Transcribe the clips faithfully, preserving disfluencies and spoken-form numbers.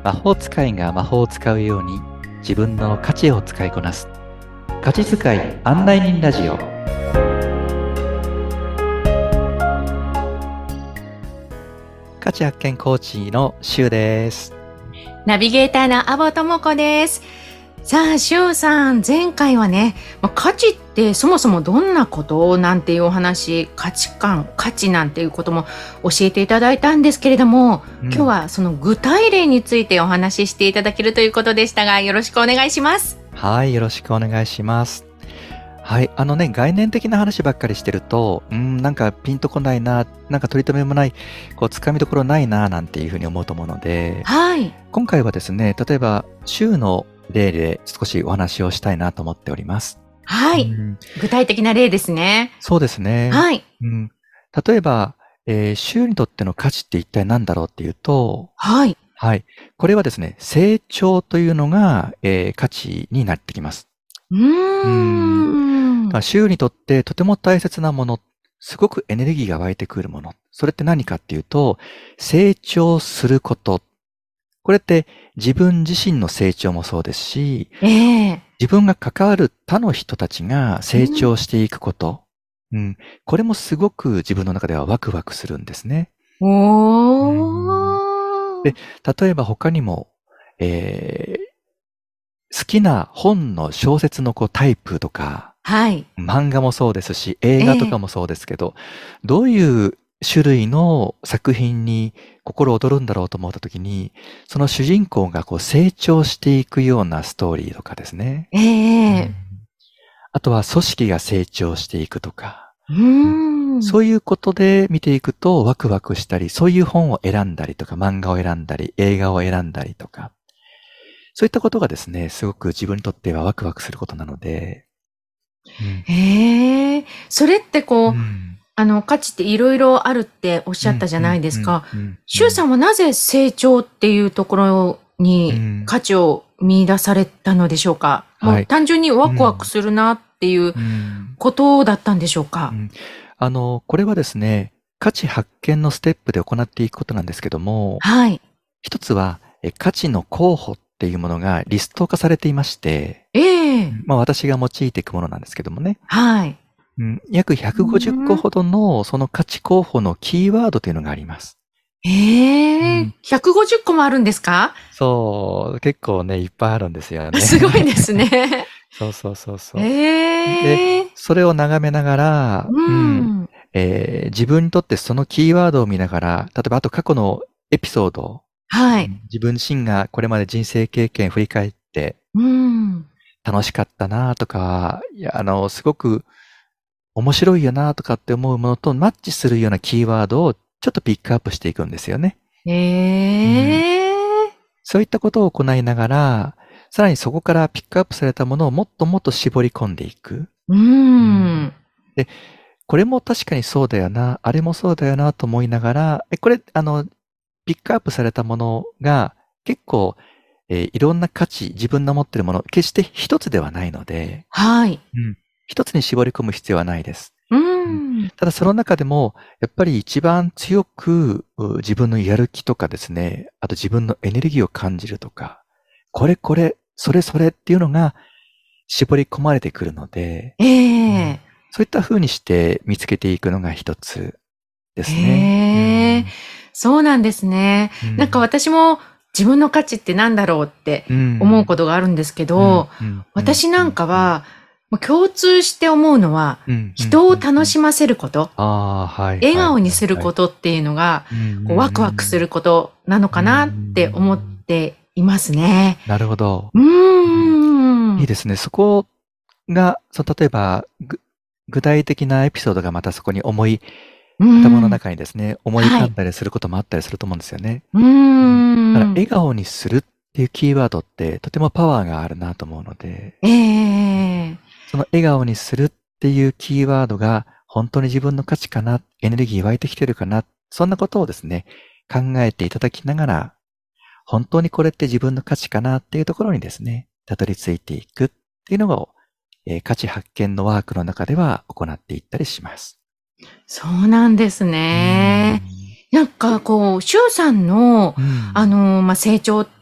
魔法使いが魔法を使うように自分の価値を使いこなす価値使い案内人ラジオ。価値発見コーチのシュウです。 ナビゲーターの阿保智子です。さあ、シュウさん、前回はね、価値ってそもそもどんなことなんていうお話、価値観、価値なんていうことも教えていただいたんですけれども、うん、今日はその具体例についてお話ししていただけるということでしたが、よろしくお願いします。 はい、よろしくお願いします。はい、あのね、概念的な話ばっかりしてると、うん、なんかピンとこないな、なんか取り留めもない、こう、つかみどころないな、なんていうふうに思うと思うので、 はい。 今回はですね、例えば、週の例で少しお話をしたいなと思っております。 はい。うん、具体的な例ですね。 そうですね。 はい。 うん、例えば、えー、週にとっての価値って一体何だろうっていうと、 はい。 はい。これはですね、成長というのが、えー、価値になってきます。 うーん。うん週にとってとても大切なもの、すごくエネルギーが湧いてくるもの。それって何かっていうと、成長すること。これって自分自身の成長もそうですし、 えー、 自分が関わる他の人たちが成長していくこと。うん、うん、これもすごく自分の中ではワクワクするんですね。 おー。 で、例えば他にも、えー、好きな本の小説のこうタイプとか、 はい。 漫画もそうですし、映画とかもそうですけど、えー、どういう種類の作品に心躍るんだろうと思ったときに、その主人公がこう成長していくようなストーリーとかですね。 ええーうん、 あとは組織が成長していくとか。 うーんそういうことで見ていくとワクワクしたり、そういう本を選んだりとか、漫画を選んだり、映画を選んだりとか。そういったことがですね、すごく自分にとってはワクワクすることなので。 うん、へえ、それってこう、うん、あの、価値っていろいろあるっておっしゃったじゃないですか。シュウさんはなぜ成長っていうところに価値を見出されたのでしょうか、うん、もう単純にワクワクするなっていうことだったんでしょうか、 うんうん、あの、これはですね、価値発見のステップで行っていくことなんですけども、 はい。 一つは、価値の候補っていうものがリスト化されていまして、 ええまあ私が用いていくものなんですけどもね。 はい。 うん、約ひゃくごじゅっこほどのその価値候補のキーワードというのがあります。 ええーうん、ひゃくごじゅっこもあるんですか？ そう、結構ね、いっぱいあるんですよね。 すごいですね。 そうそうそうそう。 ええー、 で、それを眺めながら、 うん、うんえー、自分にとってそのキーワードを見ながら、例えばあと過去のエピソード、 はい、 自分自身がこれまで人生経験振り返って、 うん、 楽しかったなとか、いや、あの、すごく面白いよなとかって思うものとマッチするようなキーワードをちょっとピックアップしていくんですよね。 へえーうん、 そういったことを行いながら、さらにそこからピックアップされたものをもっともっと絞り込んでいく。 うん、 で、これも確かにそうだよな、あれもそうだよなと思いながら、え、これ、あの、ピックアップされたものが結構、えー、いろんな価値、自分の持っているもの、決して一つではないので、 はい。 うん、一つに絞り込む必要はないです。 うん、 ただその中でも、やっぱり一番強く自分のやる気とかですね、あと自分のエネルギーを感じるとか、これこれ、それそれっていうのが絞り込まれてくるので、 ええー、 そういった風にして見つけていくのが一つですね。 へえ、うん、そうなんですね、うん。なんか私も自分の価値って何だろうって思うことがあるんですけど、うん、私なんかは、共通して思うのは、人を楽しませること、笑顔にすることっていうのが、こうワクワクすることなのかなって思っていますね。 なるほど。 うーん。 いいですね。そこが、その例えば、具体的なエピソードがまたそこに思い、頭の中にですね、思い浮かんだりすることもあったりすると思うんですよね。 うーん。 だから笑顔にするっていうキーワードってとてもパワーがあるなと思うので、 ええー、 その笑顔にするっていうキーワードが本当に自分の価値かな、エネルギー湧いてきてるかな、そんなことをですね、考えていただきながら、本当にこれって自分の価値かなっていうところにですね、たどり着いていくっていうのを、えー、価値発見のワークの中では行っていったりします。 そうなんですね。なんかこう、シュウさんの、うん、あの、まあ、成長っ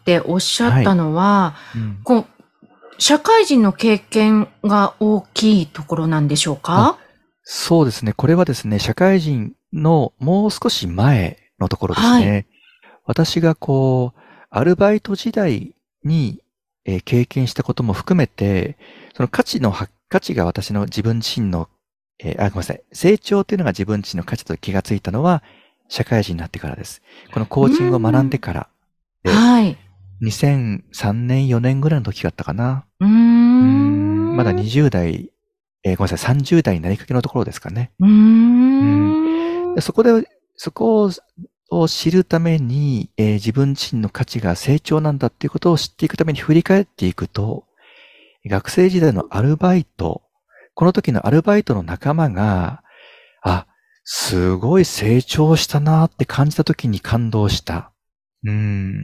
っておっしゃったのは、 はい、うん、 こう社会人の経験が大きいところなんでしょうか？ そうですね。これはですね、社会人のもう少し前のところですね。はい、私がこう、アルバイト時代に、えー、経験したことも含めて、その価値の、価値が私の自分自身の、えー、あ、ごめんなさい。成長というのが自分自身の価値と気がついたのは、社会人になってからです。このコーチングを学んでから。 はい。 にせんさんねん、よねんぐらいの時だったかな。 うーん。 まだにじゅう代、えー、ごめんなさい、さんじゅう代になりかけのところですかね。 うーん。 うん、そこで、そこを知るために、えー、自分自身の価値が成長なんだっていうことを知っていくために振り返っていくと、学生時代のアルバイト、この時のアルバイトの仲間が、あ、すごい成長したなって感じた時に感動した。うん。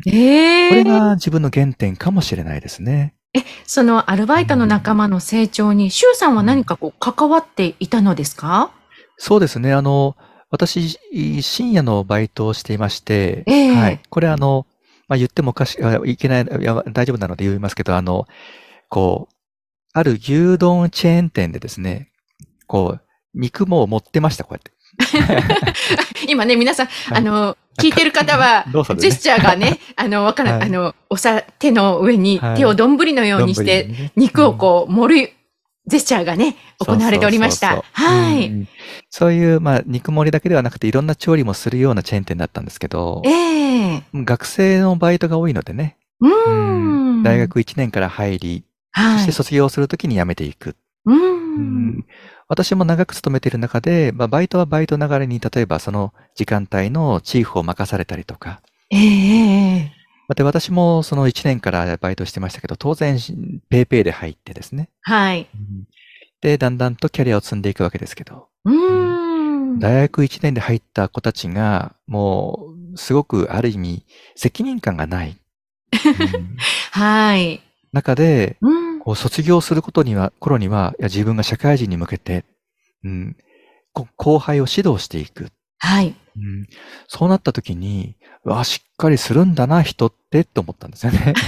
ええー。 これが自分の原点かもしれないですね。 え、そのアルバイトの仲間の成長に、シュウさんは何かこう関わっていたのですか？ そうですね。あの、私、深夜のバイトをしていまして、 ええー。 はい。これあの、まあ、言ってもおかしい、いけない、いや、大丈夫なので言いますけど、あの、こう、ある牛丼チェーン店でですね、こう、肉も持ってました、こうやって。 今ね、皆さん、あの、聞いてる方は、ジェスチャーがね、あの、わからない、あの、おさ、手の上に手を丼のようにして、肉をこう、盛る、ジェスチャーがね、行われておりました。はい。 そういう、まあ、肉盛りだけではなくて、いろんな調理もするようなチェーン店だったんですけど、 ええ学生のバイトが多いのでね、 うん大学いちねんから入り、そして卒業するときに辞めていく。 うん私も長く勤めている中で、まあ、バイトはバイト流れに、例えばその時間帯のチーフを任されたりとか。 ええで、私もそのいちねんからバイトしてましたけど、当然、ペイペイで入ってですね。 はい。 で、だんだんとキャリアを積んでいくわけですけど。 うん大学いちねんで入った子たちが、もう、すごくある意味、責任感がない。 うん、はい。 中で、 うんこう卒業することには、頃には、いや自分が社会人に向けて、うん、後輩を指導していく。 はい。 うん、そうなった時に、わあ、しっかりするんだな、人ってって思ったんですよね。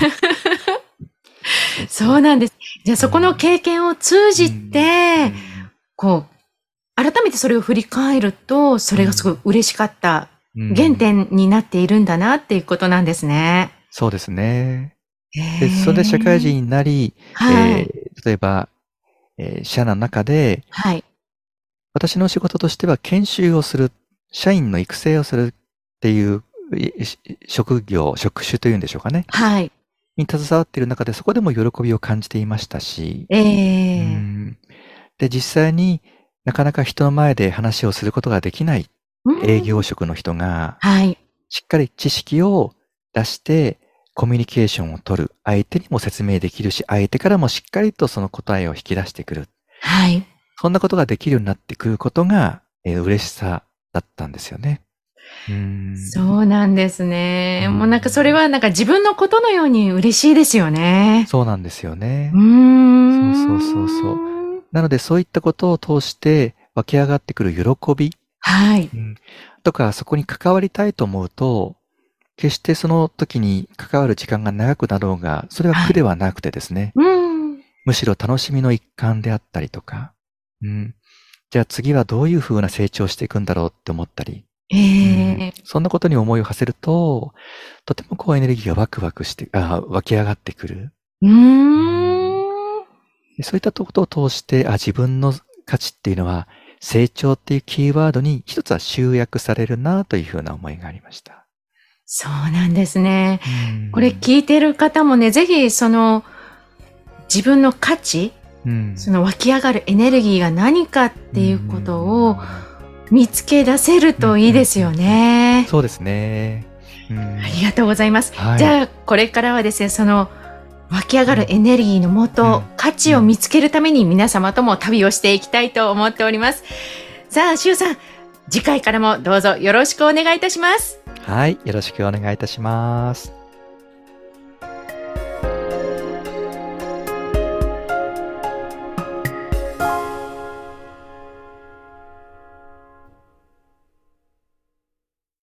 そうなんです。じゃあそこの経験を通じて、うん、こう、改めてそれを振り返ると、それがすごい嬉しかった原点になっているんだなっていうことなんですね。 うん、そうですね。で、それで社会人になり、はいえー、例えば、えー、社の中で、 はい、 私の仕事としては研修をする、社員の育成をするっていう職業、職種というんでしょうかね。 はい。 に携わっている中でそこでも喜びを感じていましたし、 えー、 うんで、実際になかなか人の前で話をすることができない営業職の人が、 はい、 しっかり知識を出してコミュニケーションを取る。相手にも説明できるし、相手からもしっかりとその答えを引き出してくる。 はい。 そんなことができるようになってくることが、えー、嬉しさだったんですよね。 うんそうなんですね。もうなんかそれはなんか自分のことのように嬉しいですよね。 そうなんですよね。 うーんそうそうそうそう。なのでそういったことを通して湧き上がってくる喜び。 はい。 うん、とか、そこに関わりたいと思うと、決してその時に関わる時間が長くなろうが、それは苦ではなくてですね。 はい、うんむしろ楽しみの一環であったりとか、うん、じゃあ次はどういうふうな成長していくんだろうって思ったり、 えーうん、そんなことに思いを馳せると、とてもこうエネルギーがワクワクして、あ湧き上がってくる。 うーんそういったことを通して、あ、自分の価値っていうのは、成長っていうキーワードに一つは集約されるなというふうな思いがありました。 そうなんですね。これ聞いてる方もね、ぜひその自分の価値、うん、その湧き上がるエネルギーが何かっていうことを見つけ出せるといいですよね。 うん、そうですね、 うん。ありがとうございます。はい、じゃあこれからはですね、その湧き上がるエネルギーのもと、うん、価値を見つけるために皆様とも旅をしていきたいと思っております。さあ、しゅうさん、次回からもどうぞよろしくお願いいたします。 はい、よろしくお願いいたします。